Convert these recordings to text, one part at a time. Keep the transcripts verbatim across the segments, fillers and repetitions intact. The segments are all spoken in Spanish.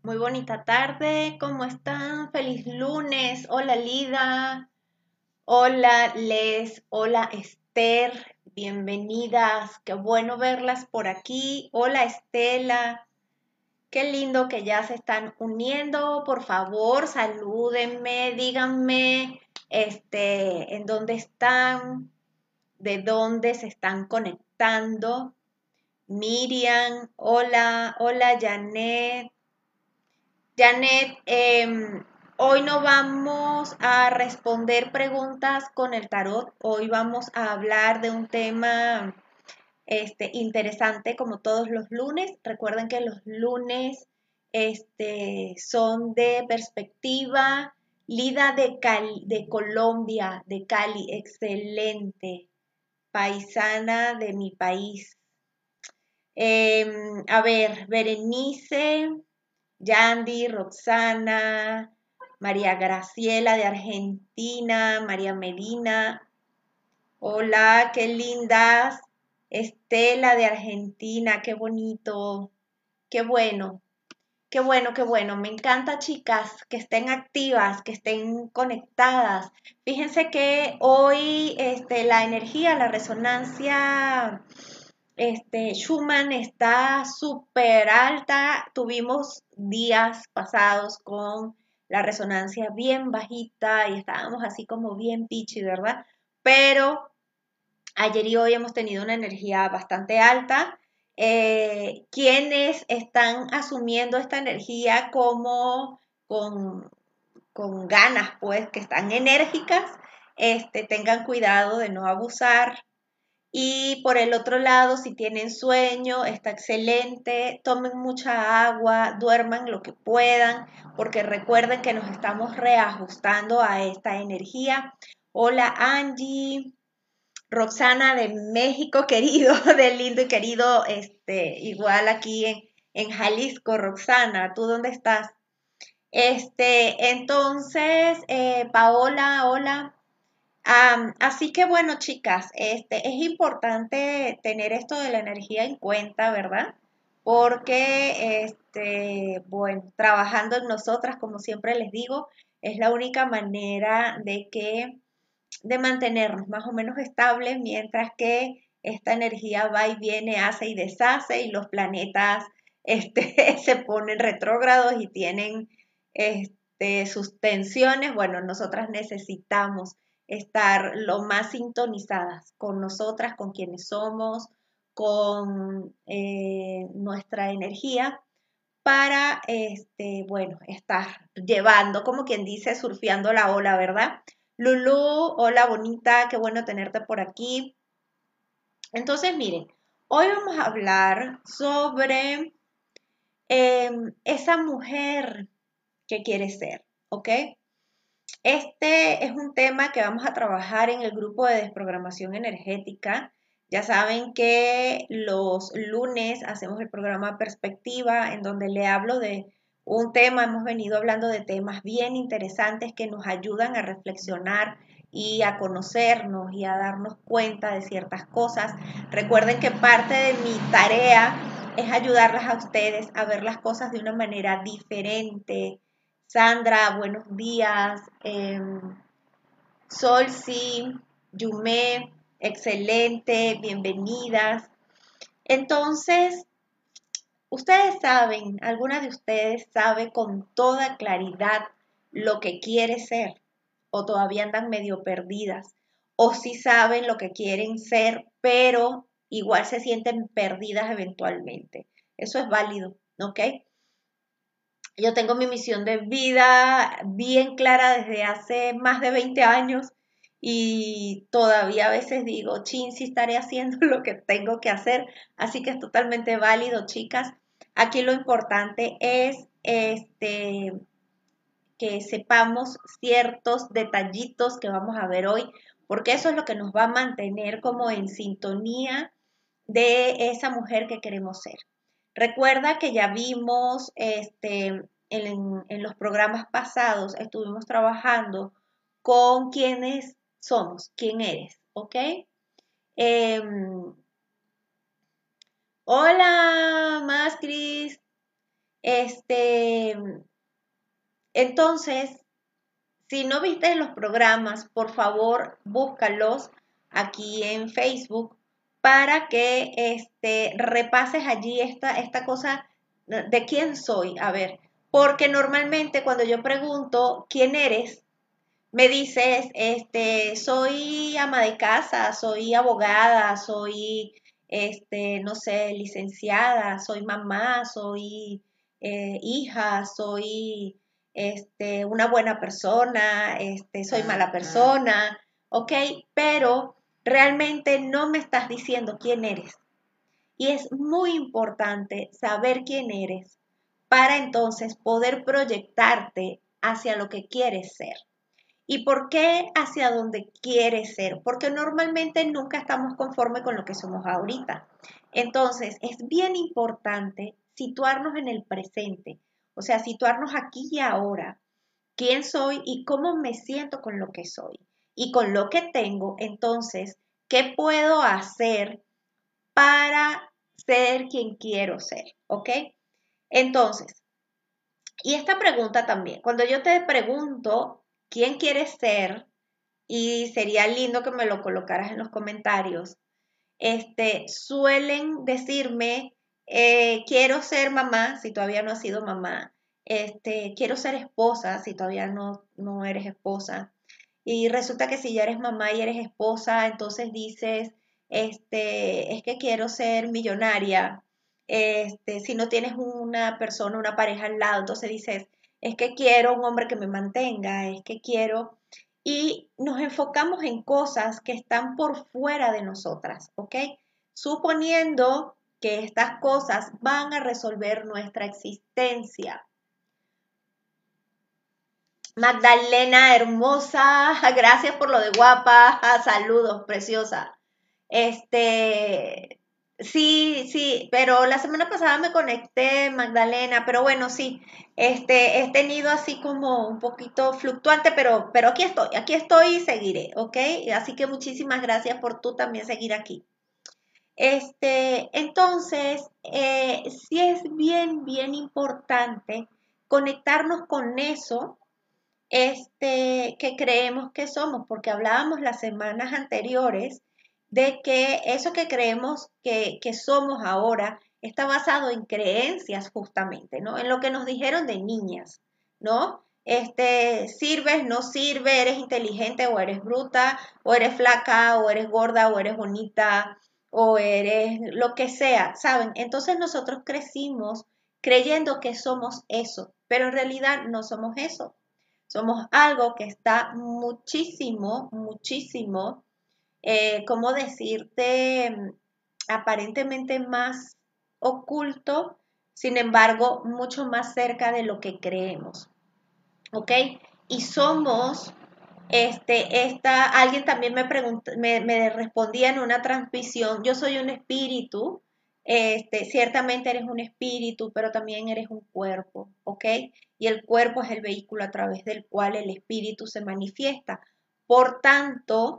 Muy bonita tarde, ¿cómo están? Feliz lunes. Hola Lida, hola Les, hola Esther, bienvenidas. Qué bueno verlas por aquí. Hola Estela, qué lindo que ya se están uniendo. Por favor, salúdenme, díganme este, en dónde están, de dónde se están conectando. Miriam, hola, hola Janet. Janet, em, hoy no vamos a responder preguntas con el tarot, hoy vamos a hablar de un tema este, interesante como todos los lunes. Recuerden que los lunes este, son de perspectiva. Lida de, Cali, de Colombia, de Cali, excelente, paisana de mi país. Em, a ver, Berenice. Yandy, Roxana, María Graciela de Argentina, María Medina, hola, qué lindas, Estela de Argentina, qué bonito, qué bueno, qué bueno, qué bueno, me encanta chicas que estén activas, que estén conectadas. Fíjense que hoy este, la energía, la resonancia este, Schumann está súper alta. Tuvimos días pasados con la resonancia bien bajita y estábamos así como bien pitchy, ¿verdad? Pero ayer y hoy hemos tenido una energía bastante alta. Eh, quienes están asumiendo esta energía como con, con ganas, pues, que están enérgicas, este, tengan cuidado de no abusar, y por el otro lado, si tienen sueño, está excelente, tomen mucha agua, duerman lo que puedan, porque recuerden que nos estamos reajustando a esta energía. Hola Angie, Roxana de México, querido, de lindo y querido, este, igual aquí en, en Jalisco, Roxana, ¿tú dónde estás? Este, entonces, eh, Paola, hola. Am, así que bueno, chicas, este, es importante tener esto de la energía en cuenta, ¿verdad? Porque, este, bueno, trabajando en nosotras, como siempre les digo, es la única manera de que, de mantenernos más o menos estables, mientras que esta energía va y viene, hace y deshace, y los planetas, este, se ponen retrógrados y tienen, este, sus tensiones. Bueno, nosotras necesitamos estar lo más sintonizadas con nosotras, con quienes somos, con eh, nuestra energía para, este, bueno, estar llevando, como quien dice, surfeando la ola, ¿verdad? Lulu, hola bonita, qué bueno tenerte por aquí. Entonces, miren, hoy vamos a hablar sobre eh, esa mujer que quiere ser, ¿ok? Este es un tema que vamos a trabajar en el grupo de desprogramación energética. Ya saben que los lunes hacemos el programa Perspectiva, en donde le hablo de un tema. Hemos venido hablando de temas bien interesantes que nos ayudan a reflexionar y a conocernos y a darnos cuenta de ciertas cosas. Recuerden que parte de mi tarea es ayudarlas a ustedes a ver las cosas de una manera diferente. Sandra, buenos días. Eh, Solsi, Yume, excelente, bienvenidas. Entonces, ustedes saben, alguna de ustedes sabe con toda claridad lo que quiere ser, o todavía andan medio perdidas, o sí saben lo que quieren ser, pero igual se sienten perdidas eventualmente. Eso es válido, ¿ok? Yo tengo mi misión de vida bien clara desde hace más de veinte años y todavía a veces digo, chin, sí estaré haciendo lo que tengo que hacer. Así que es totalmente válido, chicas. Aquí lo importante es este, que sepamos ciertos detallitos que vamos a ver hoy, porque eso es lo que nos va a mantener como en sintonía de esa mujer que queremos ser. Recuerda que ya vimos este, en, en los programas pasados, estuvimos trabajando con quiénes somos, quién eres, ¿ok? Eh, hola, más Cris. Este, entonces, si no viste los programas, por favor, búscalos aquí en Facebook para que este, repases allí esta, esta cosa de quién soy. A ver, porque normalmente cuando yo pregunto quién eres, me dices, este, soy ama de casa, soy abogada, soy, este, no sé, licenciada, soy mamá, soy eh, hija, soy, este, una buena persona, este, soy mala persona, ¿ok? Pero realmente no me estás diciendo quién eres. Y es muy importante saber quién eres para entonces poder proyectarte hacia lo que quieres ser. ¿Y por qué hacia donde quieres ser? Porque normalmente nunca estamos conformes con lo que somos ahorita. Entonces, es bien importante situarnos en el presente, o sea, situarnos aquí y ahora. ¿Quién soy y cómo me siento con lo que soy? Y con lo que tengo, entonces, ¿qué puedo hacer para ser quien quiero ser? ¿Ok? Entonces, y esta pregunta también, cuando yo te pregunto quién quieres ser, y sería lindo que me lo colocaras en los comentarios, este, suelen decirme, eh, quiero ser mamá, si todavía no has sido mamá, este, quiero ser esposa, si todavía no, no eres esposa, y resulta que si ya eres mamá y eres esposa, entonces dices, este, es que quiero ser millonaria, este, si no tienes una persona, una pareja al lado, entonces dices, es que quiero un hombre que me mantenga, es que quiero, y nos enfocamos en cosas que están por fuera de nosotras, ¿ok? Suponiendo que estas cosas van a resolver nuestra existencia. Magdalena, hermosa, gracias por lo de guapa, saludos, preciosa. Este, sí, sí, pero la semana pasada me conecté, Magdalena, pero bueno, sí, este, he tenido así como un poquito fluctuante, pero, pero aquí estoy, aquí estoy y seguiré, ¿ok? Así que muchísimas gracias por tú también seguir aquí. Este, entonces, eh, sí es bien, bien importante conectarnos con eso este, que creemos que somos, porque hablábamos las semanas anteriores de que eso que creemos que, que somos ahora está basado en creencias justamente, ¿no? En lo que nos dijeron de niñas, ¿no? Este, sirves, no sirve, eres inteligente o eres bruta, o eres flaca, o eres gorda, o eres bonita, o eres lo que sea, ¿saben? Entonces nosotros crecimos creyendo que somos eso, pero en realidad no somos eso. Somos algo que está muchísimo, muchísimo, eh, ¿cómo decirte? Aparentemente más oculto, sin embargo, mucho más cerca de lo que creemos, ¿ok? Y somos, este, esta, alguien también me preguntó, me, me respondía en una transmisión, yo soy un espíritu, este, ciertamente eres un espíritu, pero también eres un cuerpo, ¿ok? Y el cuerpo es el vehículo a través del cual el espíritu se manifiesta. Por tanto,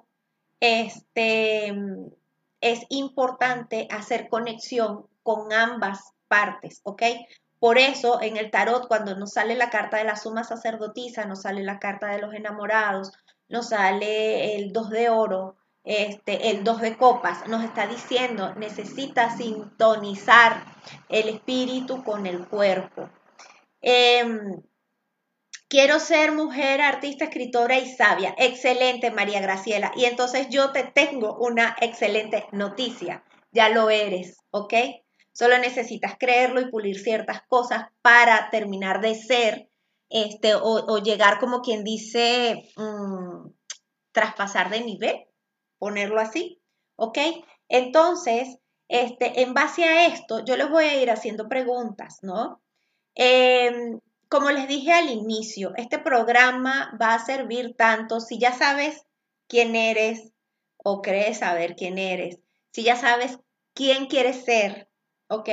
este, es importante hacer conexión con ambas partes, ¿ok? Por eso en el tarot, cuando nos sale la carta de la suma sacerdotisa, nos sale la carta de los enamorados, nos sale el dos de oro, este, el dos de copas, nos está diciendo, necesita sintonizar el espíritu con el cuerpo. Eh, Quiero ser mujer, artista, escritora y sabia. Excelente, María Graciela. Y entonces yo te tengo una excelente noticia. Ya lo eres, ¿ok? Solo necesitas creerlo y pulir ciertas cosas para terminar de ser, este, o, o llegar como quien dice, mmm, traspasar de nivel, ponerlo así, ¿ok? Entonces, este, en base a esto, yo les voy a ir haciendo preguntas, ¿no? Eh, Como les dije al inicio, este programa va a servir tanto si ya sabes quién eres o crees saber quién eres, si ya sabes quién quieres ser, ¿ok?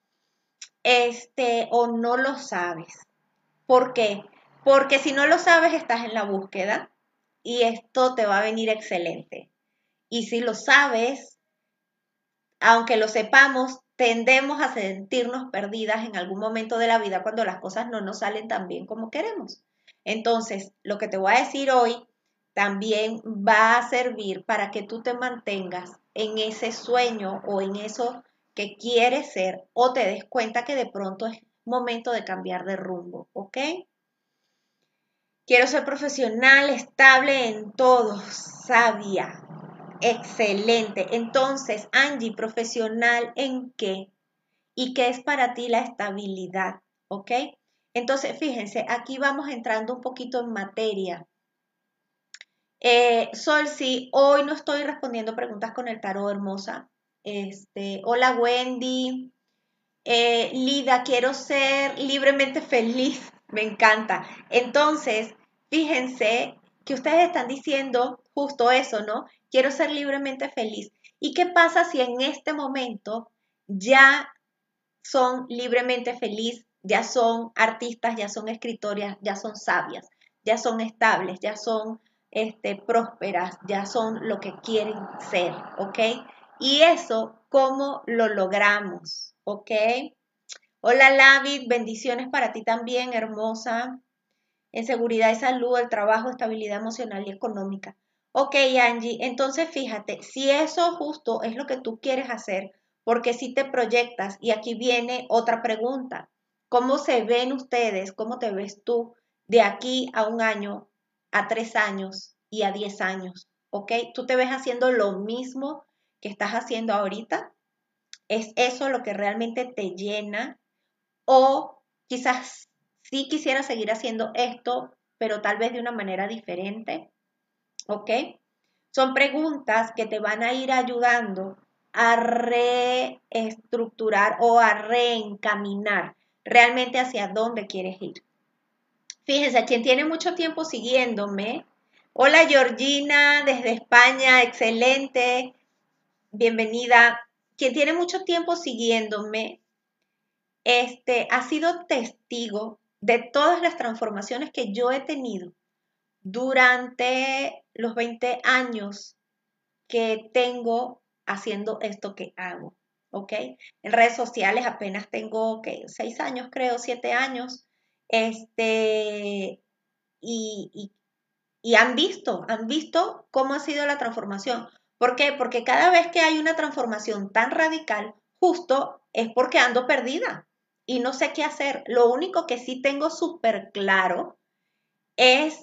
Este, o no lo sabes. ¿Por qué? Porque si no lo sabes, estás en la búsqueda y esto te va a venir excelente. Y si lo sabes, aunque lo sepamos, tendemos a sentirnos perdidas en algún momento de la vida cuando las cosas no nos salen tan bien como queremos. Entonces, lo que te voy a decir hoy también va a servir para que tú te mantengas en ese sueño o en eso que quieres ser o te des cuenta que de pronto es momento de cambiar de rumbo, ¿ok? Quiero ser profesional, estable en todo, sabia, excelente. Entonces, Angie, ¿profesional en qué? ¿Y qué es para ti la estabilidad? ¿Ok? Entonces, fíjense, aquí vamos entrando un poquito en materia. Eh, Sol, sí, hoy no estoy respondiendo preguntas con el tarot, hermosa. Este, hola, Wendy. Eh, Lida, quiero ser libremente feliz. Me encanta. Entonces, fíjense que ustedes están diciendo justo eso, ¿no? Quiero ser libremente feliz. ¿Y qué pasa si en este momento ya son libremente feliz, ya son artistas, ya son escritoras, ya son sabias, ya son estables, ya son este, prósperas, ya son lo que quieren ser, ¿ok? Y eso, ¿cómo lo logramos? ¿Ok? Hola, Lavid, bendiciones para ti también, hermosa. En seguridad y salud, el trabajo, estabilidad emocional y económica. Ok, Angie, entonces fíjate, si eso justo es lo que tú quieres hacer, porque si te proyectas, y aquí viene otra pregunta, ¿cómo se ven ustedes, cómo te ves tú de aquí a un año, a tres años y a diez años? ¿Ok? ¿Tú te ves haciendo lo mismo que estás haciendo ahorita? ¿Es eso lo que realmente te llena? O quizás sí quisiera seguir haciendo esto, pero tal vez de una manera diferente, ¿ok? Son preguntas que te van a ir ayudando a reestructurar o a reencaminar realmente hacia dónde quieres ir. Fíjense, quien tiene mucho tiempo siguiéndome, hola Georgina desde España, excelente, bienvenida. Quien tiene mucho tiempo siguiéndome, este, ha sido testigo de todas las transformaciones que yo he tenido durante los veinte años que tengo haciendo esto que hago, ¿ok? En redes sociales apenas tengo, ¿qué? Seis años, creo, siete años, este, y, y, y han visto, han visto cómo ha sido la transformación. ¿Por qué? Porque cada vez que hay una transformación tan radical, justo es porque ando perdida y no sé qué hacer. Lo único que sí tengo súper claro es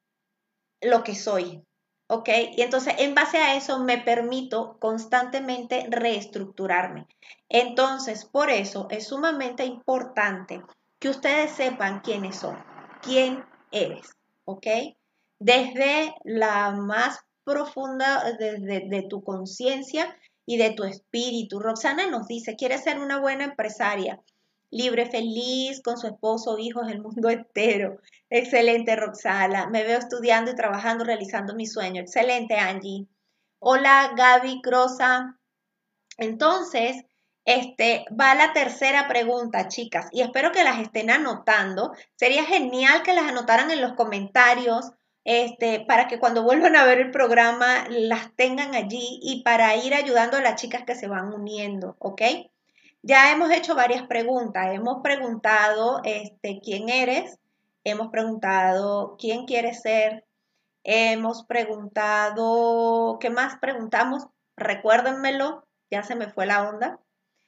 lo que soy, ¿ok? Y entonces en base a eso me permito constantemente reestructurarme. Entonces, por eso es sumamente importante que ustedes sepan quiénes son, quién eres, ¿ok? Desde la más profunda, desde de tu conciencia y de tu espíritu. Roxana nos dice, quiere ser una buena empresaria, libre, feliz, con su esposo, hijos, el mundo entero. Excelente, Roxala. Me veo estudiando y trabajando, realizando mi sueño. Excelente, Angie. Hola, Gaby Crosa. Entonces, este, va la tercera pregunta, chicas, y espero que las estén anotando. Sería genial que las anotaran en los comentarios, este, para que cuando vuelvan a ver el programa las tengan allí y para ir ayudando a las chicas que se van uniendo, ¿ok? Ya hemos hecho varias preguntas. Hemos preguntado, este, quién eres, hemos preguntado quién quieres ser, hemos preguntado, ¿qué más preguntamos? Recuérdenmelo, ya se me fue la onda.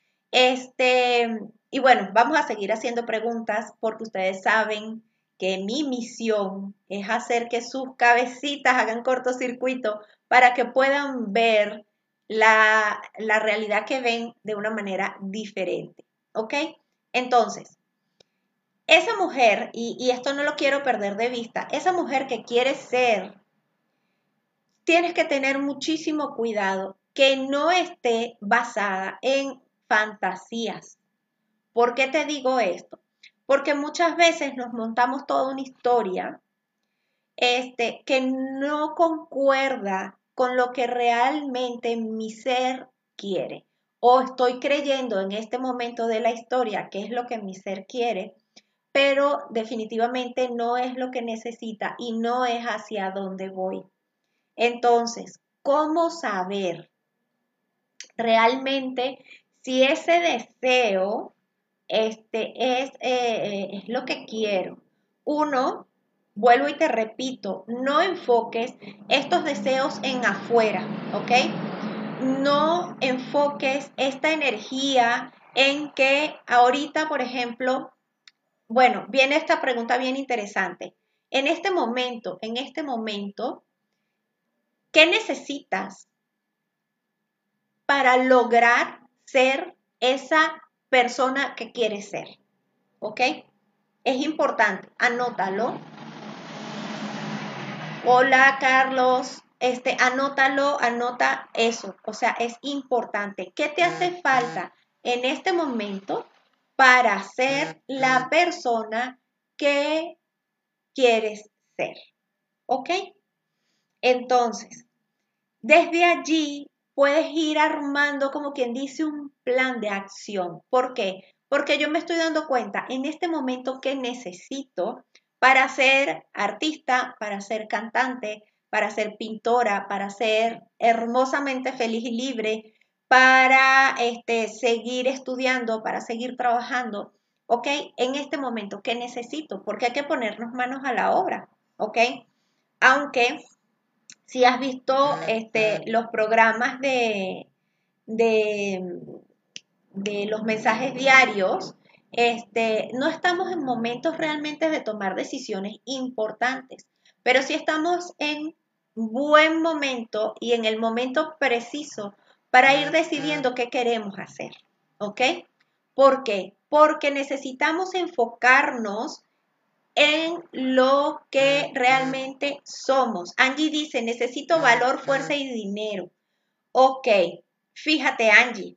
Este, y bueno, vamos a seguir haciendo preguntas porque ustedes saben que mi misión es hacer que sus cabecitas hagan cortocircuito para que puedan ver la, la realidad que ven de una manera diferente. ¿Ok? Entonces, esa mujer, y, y esto no lo quiero perder de vista, esa mujer que quiere ser, tienes que tener muchísimo cuidado que no esté basada en fantasías. ¿Por qué te digo esto? Porque muchas veces nos montamos toda una historia este, que no concuerda con lo que realmente mi ser quiere. O estoy creyendo en este momento de la historia que es lo que mi ser quiere, pero definitivamente no es lo que necesita y no es hacia dónde voy. Entonces, ¿cómo saber realmente si ese deseo este, es, eh, es lo que quiero. Uno, vuelvo y te repito, no enfoques estos deseos en afuera, ¿ok? No enfoques esta energía en que ahorita, por ejemplo, bueno, viene esta pregunta bien interesante. En este momento, en este momento, ¿qué necesitas para lograr ser esa persona que quieres ser? ¿Ok? Es importante, anótalo. Hola, Carlos. Este, anótalo, anota eso. O sea, es importante. ¿Qué te hace falta en este momento para ser la persona que quieres ser? ¿Ok? Entonces, desde allí puedes ir armando, como quien dice, un plan de acción. ¿Por qué? Porque yo me estoy dando cuenta en este momento que necesito para ser artista, para ser cantante, para ser pintora, para ser hermosamente feliz y libre, para este, seguir estudiando, para seguir trabajando. ¿Ok? En este momento, ¿qué necesito? Porque hay que ponernos manos a la obra. ¿Ok? Aunque si has visto este, los programas de, de, de los mensajes diarios, este, no estamos en momentos realmente de tomar decisiones importantes, pero sí estamos en buen momento y en el momento preciso para ir decidiendo qué queremos hacer, ¿ok? ¿Por qué? Porque necesitamos enfocarnos en lo que realmente somos. Angie dice, necesito valor, fuerza y dinero. Ok, fíjate Angie,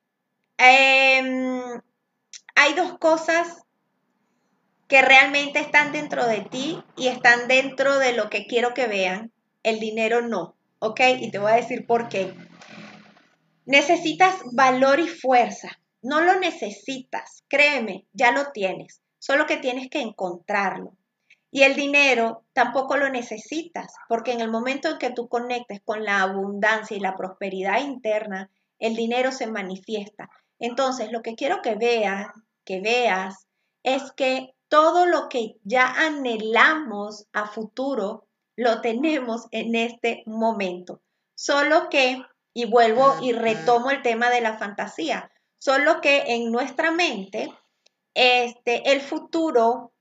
eh, hay dos cosas que realmente están dentro de ti y están dentro de lo que quiero que vean. El dinero no, ¿ok? Y te voy a decir por qué. Necesitas valor y fuerza. No lo necesitas, créeme, ya lo tienes, solo que tienes que encontrarlo. Y el dinero tampoco lo necesitas, porque en el momento en que tú conectes con la abundancia y la prosperidad interna, el dinero se manifiesta. Entonces, lo que quiero que veas, que veas, es que todo lo que ya anhelamos a futuro, lo tenemos en este momento. Solo que, y vuelvo y retomo el tema de la fantasía, solo que en nuestra mente, este, el futuro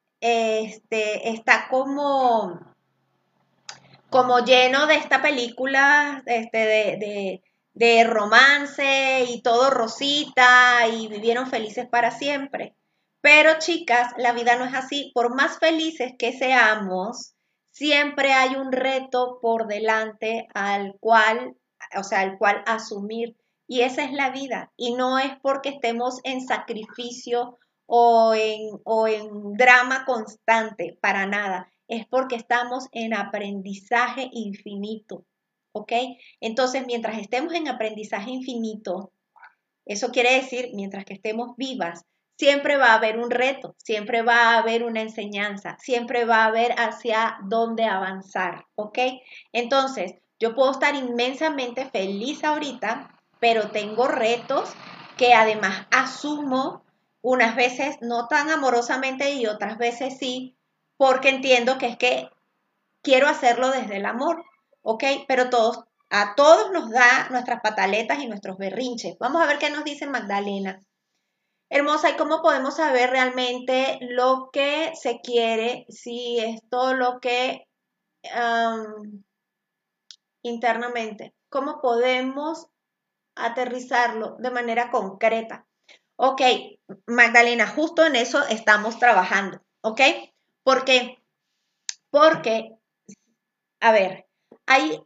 este, está como, como lleno de esta película este, de, de, de romance y todo rosita y vivieron felices para siempre. Pero chicas, la vida no es así. Por más felices que seamos, siempre hay un reto por delante al cual, o sea, al cual asumir. Y esa es la vida. Y no es porque estemos en sacrificio o en, o en drama constante, para nada. Es porque estamos en aprendizaje infinito. ¿Ok? Entonces, mientras estemos en aprendizaje infinito, eso quiere decir, mientras que estemos vivas, siempre va a haber un reto, siempre va a haber una enseñanza, siempre va a haber hacia dónde avanzar, ¿ok? Entonces, yo puedo estar inmensamente feliz ahorita, pero tengo retos que además asumo unas veces no tan amorosamente y otras veces sí, porque entiendo que es que quiero hacerlo desde el amor, ¿ok? Pero todos, a todos nos da nuestras pataletas y nuestros berrinches. Vamos a ver qué nos dice Magdalena. Hermosa, ¿y cómo podemos saber realmente lo que se quiere, si es todo lo que um, internamente? ¿Cómo podemos aterrizarlo de manera concreta? Ok, Magdalena, justo en eso estamos trabajando, ¿ok? ¿Por qué? Porque a ver, hay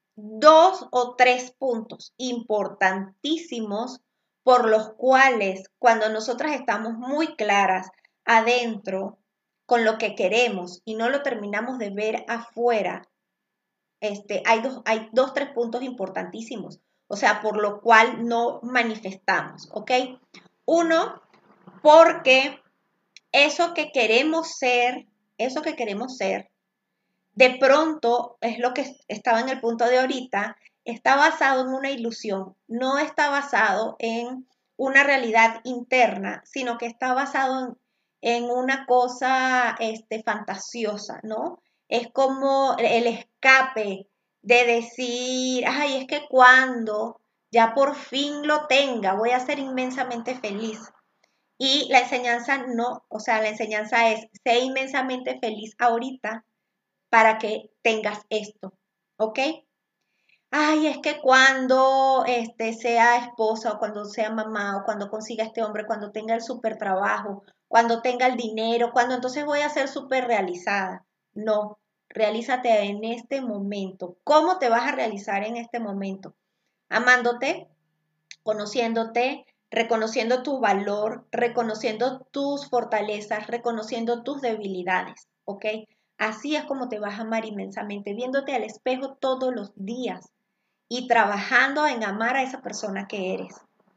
dos o tres puntos importantísimos por los cuales cuando nosotras estamos muy claras adentro con lo que queremos y no lo terminamos de ver afuera, este, hay dos, hay dos, tres puntos importantísimos, o sea, por lo cual no manifestamos, ¿ok? Uno, porque eso que queremos ser, eso que queremos ser, de pronto, es lo que estaba en el punto de ahorita, está basado en una ilusión, no está basado en una realidad interna, sino que está basado en, en una cosa este, fantasiosa, ¿no? Es como el escape de decir, ay, es que cuando ya por fin lo tenga, voy a ser inmensamente feliz. Y la enseñanza no, o sea, la enseñanza es, sé inmensamente feliz ahorita para que tengas esto, ¿ok? Ay, es que cuando este, sea esposa o cuando sea mamá o cuando consiga este hombre, cuando tenga el súper trabajo, cuando tenga el dinero, cuando entonces voy a ser súper realizada. No, realízate en este momento. ¿Cómo te vas a realizar en este momento? Amándote, conociéndote, reconociendo tu valor, reconociendo tus fortalezas, reconociendo tus debilidades, ¿ok? Así es como te vas a amar inmensamente, viéndote al espejo todos los días y trabajando en amar a esa persona que eres.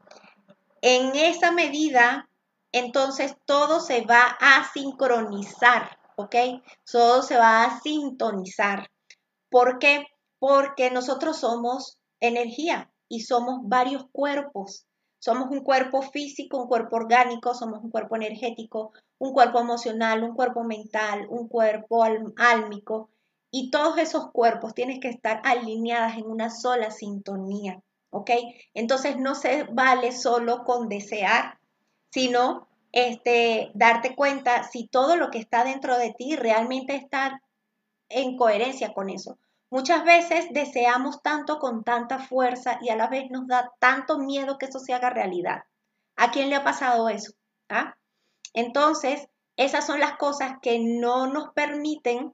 En esa medida, entonces todo se va a sincronizar, ¿ok? Todo se va a sintonizar. ¿Por qué? Porque nosotros somos energía y somos varios cuerpos. Somos un cuerpo físico, un cuerpo orgánico, somos un cuerpo energético, un cuerpo emocional, un cuerpo mental, un cuerpo álmico. Y todos esos cuerpos tienen que estar alineados en una sola sintonía, ¿ok? Entonces no se vale solo con desear, sino este, darte cuenta si todo lo que está dentro de ti realmente está en coherencia con eso. Muchas veces deseamos tanto con tanta fuerza y a la vez nos da tanto miedo que eso se haga realidad. ¿A quién le ha pasado eso? ¿Ah? Entonces, esas son las cosas que no nos permiten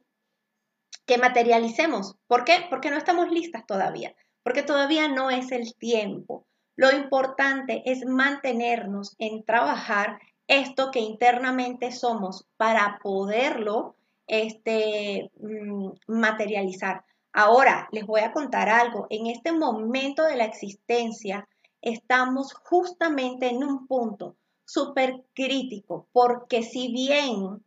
que materialicemos. ¿Por qué? Porque no estamos listas todavía, porque todavía no es el tiempo. Lo importante es mantenernos en trabajar esto que internamente somos para poderlo este, mm, materializar. Ahora, les voy a contar algo. En este momento de la existencia, estamos justamente en un punto súper crítico, porque si bien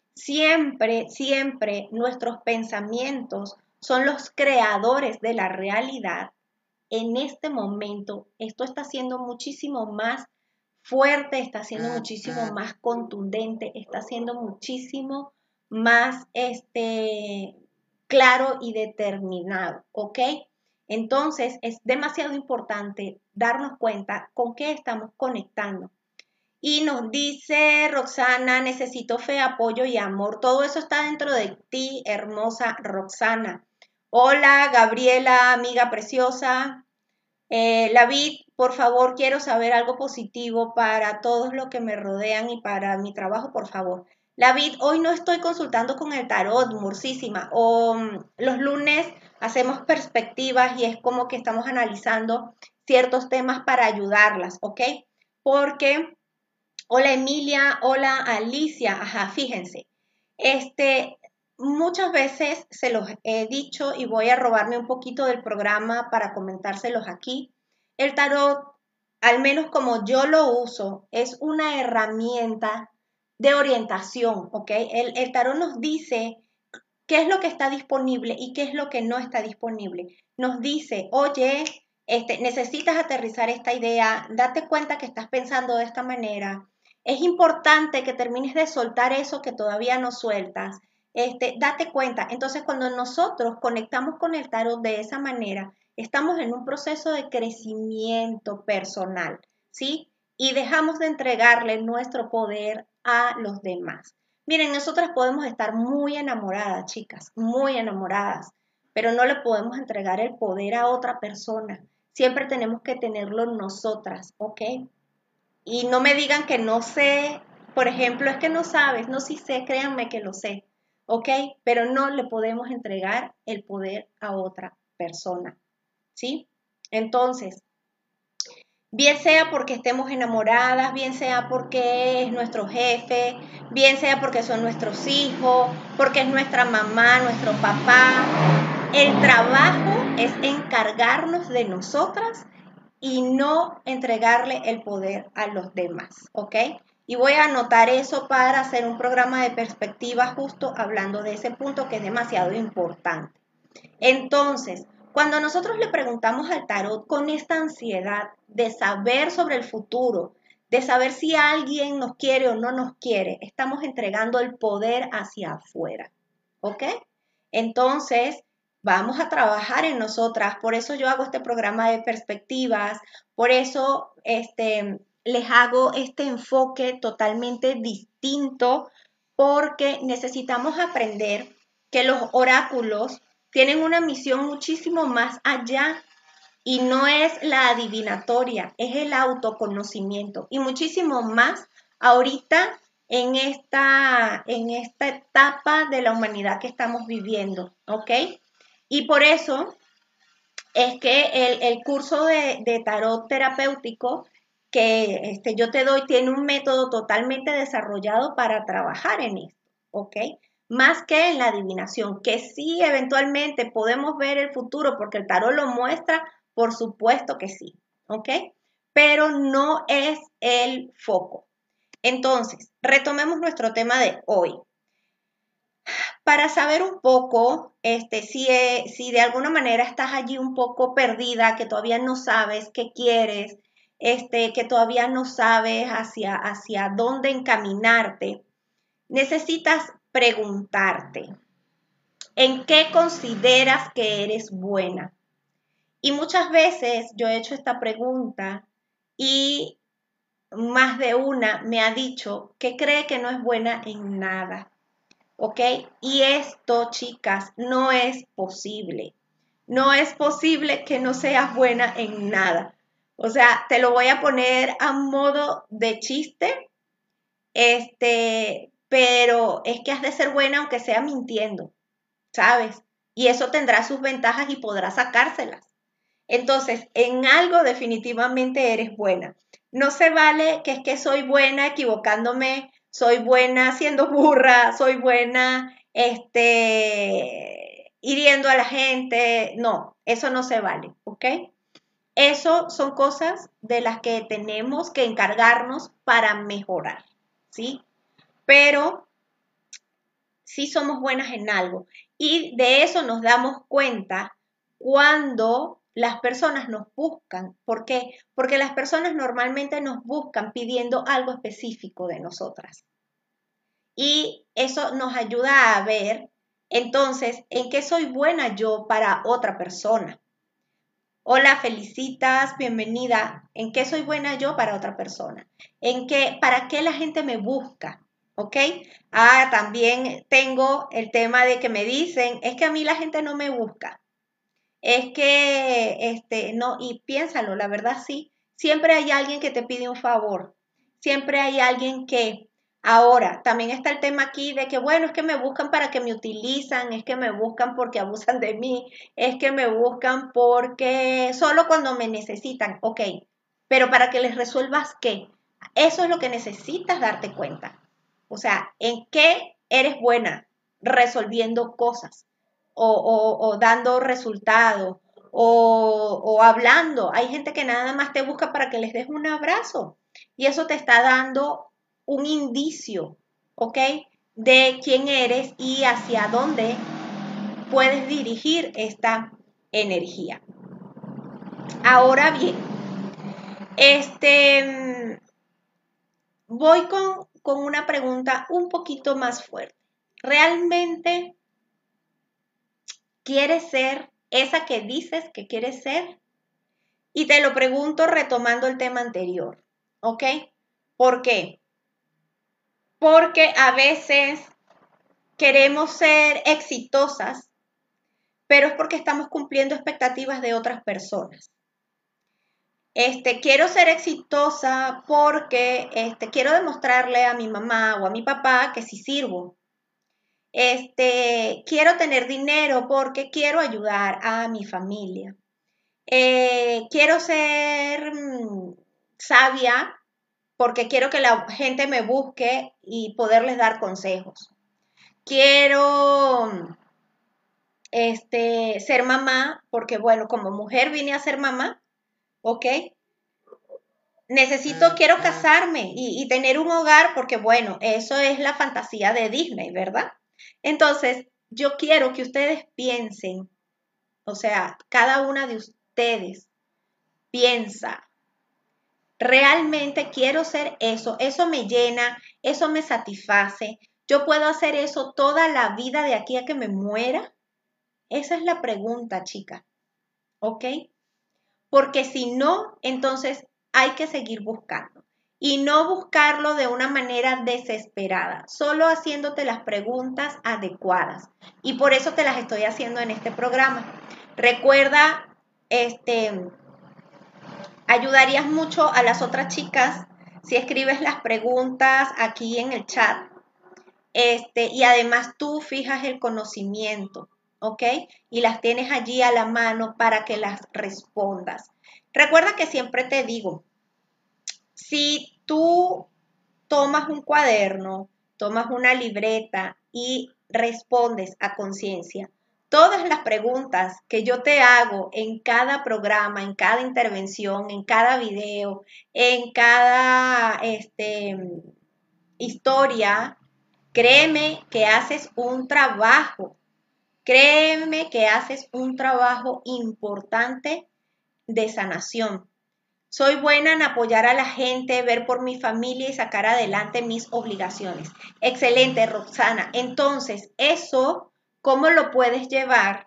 siempre, siempre nuestros pensamientos son los creadores de la realidad, en este momento esto está siendo muchísimo más fuerte, está siendo muchísimo más contundente, está siendo muchísimo más este, claro y determinado, ¿ok? Entonces es demasiado importante darnos cuenta con qué estamos conectando. Y nos dice Roxana, necesito fe, apoyo y amor. Todo eso está dentro de ti, hermosa Roxana. Hola, Gabriela, amiga preciosa. Eh, Lavid, por favor, quiero saber algo positivo para todos los que me rodean y para mi trabajo, por favor. Lavid, hoy no estoy consultando con el tarot, Mursísima. O mm, los lunes hacemos perspectivas y es como que estamos analizando ciertos temas para ayudarlas, ¿ok? Porque hola Emilia, hola Alicia, ajá, fíjense, este, muchas veces se los he dicho y voy a robarme un poquito del programa para comentárselos aquí. El tarot, al menos como yo lo uso, es una herramienta de orientación, ¿ok? El, el tarot nos dice qué es lo que está disponible y qué es lo que no está disponible. Nos dice, oye, este, necesitas aterrizar esta idea, date cuenta que estás pensando de esta manera. Es importante que termines de soltar eso que todavía no sueltas. Este, date cuenta. Entonces, cuando nosotros conectamos con el tarot de esa manera, estamos en un proceso de crecimiento personal, ¿sí? Y dejamos de entregarle nuestro poder a los demás. Miren, nosotras podemos estar muy enamoradas, chicas, muy enamoradas, pero no le podemos entregar el poder a otra persona. Siempre tenemos que tenerlo nosotras, ¿ok? Y no me digan que no sé, por ejemplo, es que no sabes, no, sí sé, créanme que lo sé, ¿ok? Pero no le podemos entregar el poder a otra persona, ¿sí? Entonces, bien sea porque estemos enamoradas, bien sea porque es nuestro jefe, bien sea porque son nuestros hijos, porque es nuestra mamá, nuestro papá. El trabajo es encargarnos de nosotras y no entregarle el poder a los demás, ¿ok? Y voy a anotar eso para hacer un programa de perspectiva justo hablando de ese punto que es demasiado importante. Entonces, Cuando nosotros le preguntamos al tarot con esta ansiedad de saber sobre el futuro, de saber si alguien nos quiere o no nos quiere, estamos entregando el poder hacia afuera, ¿ok? Entonces, vamos a trabajar en nosotras, por eso yo hago este programa de perspectivas, por eso este, les hago este enfoque totalmente distinto, porque necesitamos aprender que los oráculos tienen una misión muchísimo más allá y no es la adivinatoria, es el autoconocimiento y muchísimo más ahorita en esta, en esta etapa de la humanidad que estamos viviendo, ¿ok? Y por eso es que el, el curso de, de tarot terapéutico que este, yo te doy tiene un método totalmente desarrollado para trabajar en esto, ¿ok? Más que en la adivinación, que sí eventualmente podemos ver el futuro porque el tarot lo muestra, por supuesto que sí, ¿ok? Pero no es el foco. Entonces, retomemos nuestro tema de hoy. Para saber un poco, este, si, eh, si de alguna manera estás allí un poco perdida, que todavía no sabes qué quieres, este, que todavía no sabes hacia, hacia dónde encaminarte, necesitas preguntarte, ¿en qué consideras que eres buena? Y muchas veces yo he hecho esta pregunta y más de una me ha dicho que cree que no es buena en nada. ¿Ok? Y esto, chicas, no es posible. No es posible que no seas buena en nada. O sea, te lo voy a poner a modo de chiste, este, pero es que has de ser buena aunque sea mintiendo, ¿sabes? Y eso tendrá sus ventajas y podrás sacárselas. Entonces, en algo definitivamente eres buena. No se vale que es que soy buena equivocándome, soy buena siendo burra, soy buena este, hiriendo a la gente. No, eso no se vale, ¿ok? Eso son cosas de las que tenemos que encargarnos para mejorar, ¿sí? Pero sí somos buenas en algo. Y de eso nos damos cuenta cuando las personas nos buscan. ¿Por qué? Porque las personas normalmente nos buscan pidiendo algo específico de nosotras. Y eso nos ayuda a ver, entonces, en qué soy buena yo para otra persona. Hola, felicitas, bienvenida. ¿En qué soy buena yo para otra persona? ¿En qué, para qué la gente me busca? ¿Ok? Ah, también tengo el tema de que me dicen, es que a mí la gente no me busca. Es que, este, no, y piénsalo, la verdad sí, siempre hay alguien que te pide un favor, siempre hay alguien que, ahora, también está el tema aquí de que, bueno, es que me buscan para que me utilizan, es que me buscan porque abusan de mí, es que me buscan porque solo cuando me necesitan, ok, pero para que les resuelvas qué, eso es lo que necesitas darte cuenta, o sea, en qué eres buena resolviendo cosas o, o, o dando resultados o, o hablando. Hay gente que nada más te busca para que les des un abrazo y eso te está dando un indicio, ¿ok? De quién eres y hacia dónde puedes dirigir esta energía. Ahora bien, este, voy con, con una pregunta un poquito más fuerte. ¿Realmente quieres ser esa que dices que quieres ser? Y te lo pregunto retomando el tema anterior, ¿ok? ¿Por qué? Porque a veces queremos ser exitosas, pero es porque estamos cumpliendo expectativas de otras personas. Este, quiero ser exitosa porque este, quiero demostrarle a mi mamá o a mi papá que sí sirvo. Este, quiero tener dinero porque quiero ayudar a mi familia. Eh, quiero ser mmm, sabia porque quiero que la gente me busque y poderles dar consejos. Quiero este, ser mamá porque, bueno, como mujer vine a ser mamá, ¿ok? Necesito, quiero casarme y, y tener un hogar porque, bueno, eso es la fantasía de Disney, ¿verdad? Entonces, yo quiero que ustedes piensen O sea, cada una de ustedes piensa, realmente quiero ser eso, eso me llena, eso me satisface, yo puedo hacer eso toda la vida de aquí a que me muera. Esa es la pregunta, chica, ¿ok? Porque si no, entonces hay que seguir buscando. Y no buscarlo de una manera desesperada, solo haciéndote las preguntas adecuadas. Y por eso te las estoy haciendo en este programa. Recuerda, este, ayudarías mucho a las otras chicas si escribes las preguntas aquí en el chat. Este, y además tú fijas el conocimiento, ¿ok? Y las tienes allí a la mano para que las respondas. Recuerda que siempre te digo, si tú tomas un cuaderno, tomas una libreta y respondes a conciencia todas las preguntas que yo te hago en cada programa, en cada intervención, en cada video, en cada este, historia, créeme que haces un trabajo, créeme que haces un trabajo importante de sanación. Soy buena en apoyar a la gente, ver por mi familia y sacar adelante mis obligaciones. Excelente, Roxana. Entonces, eso, ¿cómo lo puedes llevar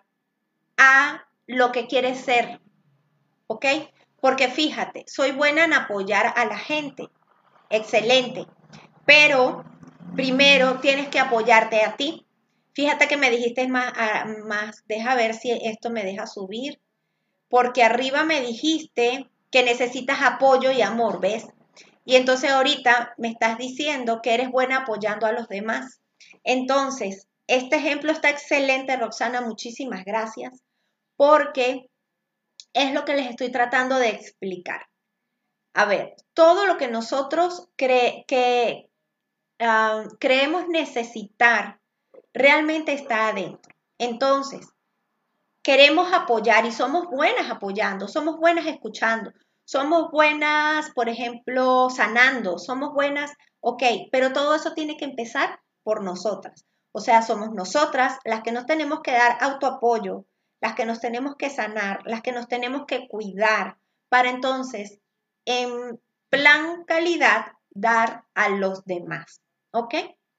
a lo que quieres ser? ¿Ok? Porque fíjate, soy buena en apoyar a la gente. Excelente. Pero primero tienes que apoyarte a ti. Fíjate que me dijiste más, más, deja ver si esto me deja subir. Porque arriba me dijiste que necesitas apoyo y amor, ¿ves? Y entonces ahorita me estás diciendo que eres buena apoyando a los demás. Entonces, este ejemplo está excelente, Roxana, muchísimas gracias, porque es lo que les estoy tratando de explicar. A ver, todo lo que nosotros cre que, uh, creemos necesitar realmente está adentro. Entonces, queremos apoyar y somos buenas apoyando, somos buenas escuchando, somos buenas, por ejemplo, sanando, somos buenas, ok, pero todo eso tiene que empezar por nosotras. O sea, somos nosotras las que nos tenemos que dar autoapoyo, las que nos tenemos que sanar, las que nos tenemos que cuidar, para entonces, en plan calidad, dar a los demás, ¿ok?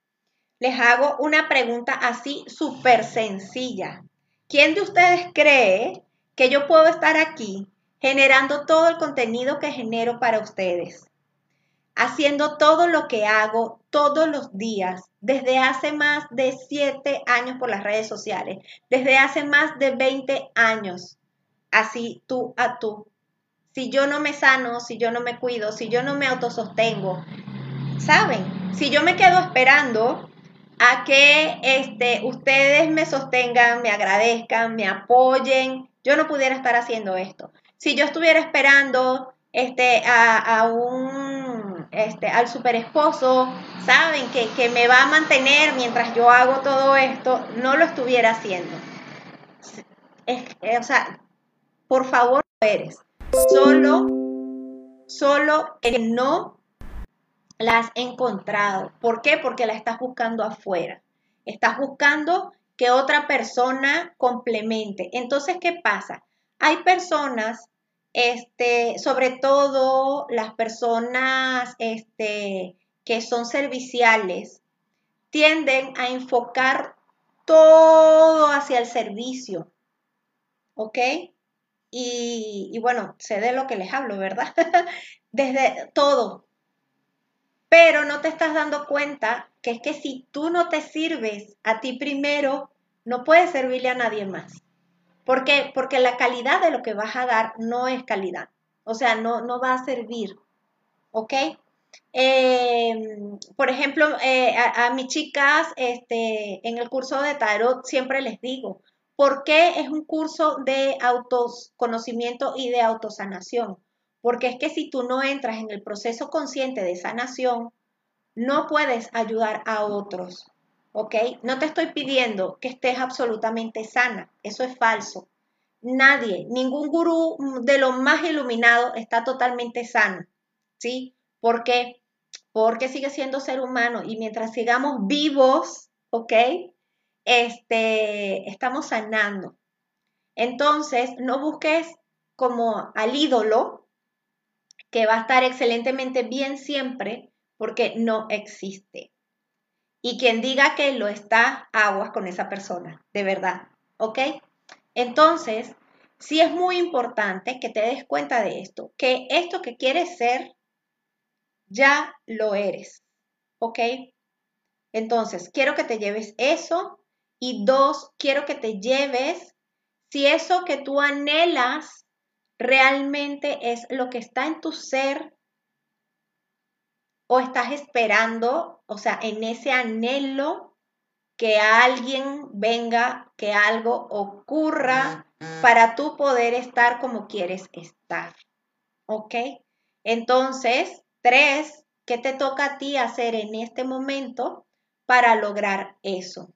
Les hago una pregunta así súper sencilla. ¿Quién de ustedes cree que yo puedo estar aquí generando todo el contenido que genero para ustedes? Haciendo todo lo que hago todos los días, desde hace más de siete años por las redes sociales, desde hace más de veinte años, así tú a tú. Si yo no me sano, si yo no me cuido, si yo no me autosostengo, ¿saben? Si yo me quedo esperando a que este, ustedes me sostengan, me agradezcan, me apoyen, yo no pudiera estar haciendo esto. Si yo estuviera esperando este, a, a un, este, al super esposo, saben, que, que me va a mantener mientras yo hago todo esto, no lo estuviera haciendo. Es, o sea, por favor, no eres. Solo, solo que no la has encontrado. ¿Por qué? Porque la estás buscando afuera. Estás buscando que otra persona complemente. Entonces, ¿qué pasa? Hay personas, este, sobre todo las personas este, que son serviciales, tienden a enfocar todo hacia el servicio, ¿ok? Y, y bueno, sé de lo que les hablo, ¿verdad? Desde todo, pero no te estás dando cuenta que es que si tú no te sirves a ti primero, no puedes servirle a nadie más. ¿Por qué? Porque la calidad de lo que vas a dar no es calidad. O sea, no, no va a servir. ¿Ok? Eh, por ejemplo, eh, a, a mis chicas este, en el curso de tarot siempre les digo, ¿por qué es un curso de autoconocimiento y de autosanación? Porque es que si tú no entras en el proceso consciente de sanación, no puedes ayudar a otros, ¿ok? No te estoy pidiendo que estés absolutamente sana, eso es falso. Nadie, ningún gurú de los más iluminados está totalmente sano, ¿sí? ¿Por qué? Porque sigue siendo ser humano y mientras sigamos vivos, ¿ok? Este, estamos sanando. Entonces, no busques como al ídolo que va a estar excelentemente bien siempre, porque no existe. Y quien diga que lo está, aguas con esa persona, de verdad, ¿ok? Entonces, sí es muy importante que te des cuenta de esto, que esto que quieres ser, ya lo eres, ¿ok? Entonces, quiero que te lleves eso y dos, quiero que te lleves si eso que tú anhelas realmente es lo que está en tu ser o estás esperando, o sea, en ese anhelo que alguien venga, que algo ocurra para tú poder estar como quieres estar, ¿ok? Entonces, tres, ¿qué te toca a ti hacer en este momento para lograr eso?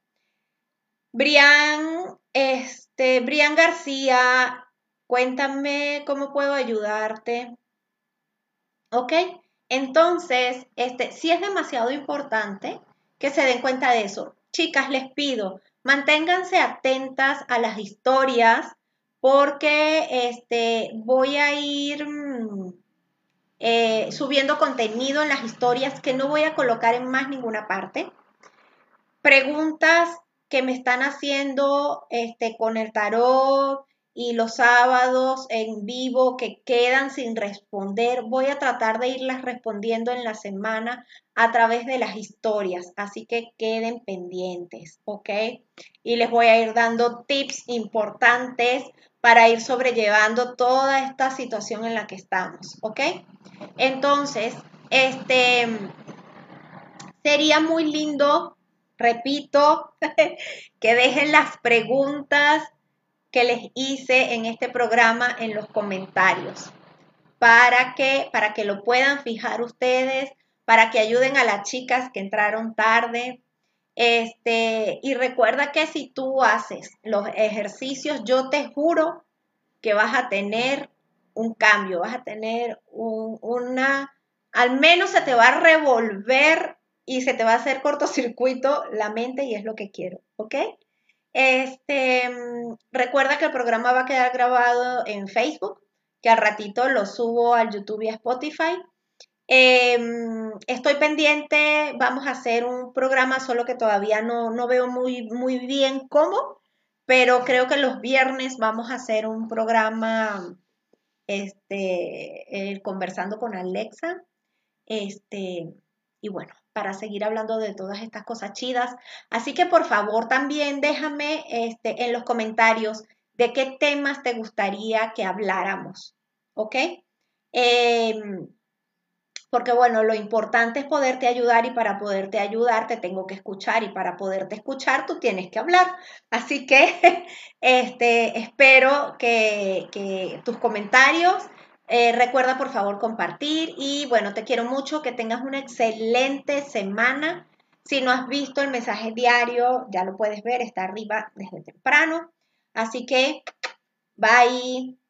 Brian, este, Brian García, cuéntame cómo puedo ayudarte, ¿ok? Entonces, este, sí es demasiado importante que se den cuenta de eso. Chicas, les pido, manténganse atentas a las historias porque este, voy a ir mm, eh, subiendo contenido en las historias que no voy a colocar en más ninguna parte. Preguntas que me están haciendo este, con el tarot y los sábados en vivo que quedan sin responder, voy a tratar de irlas respondiendo en la semana a través de las historias, así que queden pendientes, ¿ok? Y les voy a ir dando tips importantes para ir sobrellevando toda esta situación en la que estamos, ¿ok? Entonces, este, sería muy lindo, repito, que dejen las preguntas que les hice en este programa en los comentarios para que, para que lo puedan fijar ustedes, para que ayuden a las chicas que entraron tarde. Este, y recuerda que si tú haces los ejercicios, yo te juro que vas a tener un cambio, vas a tener un, una, al menos se te va a revolver y se te va a hacer cortocircuito la mente y es lo que quiero, ¿ok? Este, recuerda que el programa va a quedar grabado en Facebook, que al ratito lo subo al YouTube y a Spotify. Eh, estoy pendiente, vamos a hacer un programa, solo que todavía no, no veo muy, muy bien cómo, pero creo que los viernes vamos a hacer un programa este, eh, conversando con Alexa. Este, y bueno, para seguir hablando de todas estas cosas chidas. Así que por favor también déjame este, en los comentarios de qué temas te gustaría que habláramos, ¿ok? Eh, porque bueno, lo importante es poderte ayudar y para poderte ayudar te tengo que escuchar y para poderte escuchar tú tienes que hablar. Así que este, espero que, que tus comentarios, eh, recuerda por favor compartir y bueno, te quiero mucho, que tengas una excelente semana. Si no has visto el mensaje diario, ya lo puedes ver, está arriba desde temprano. Así que, bye.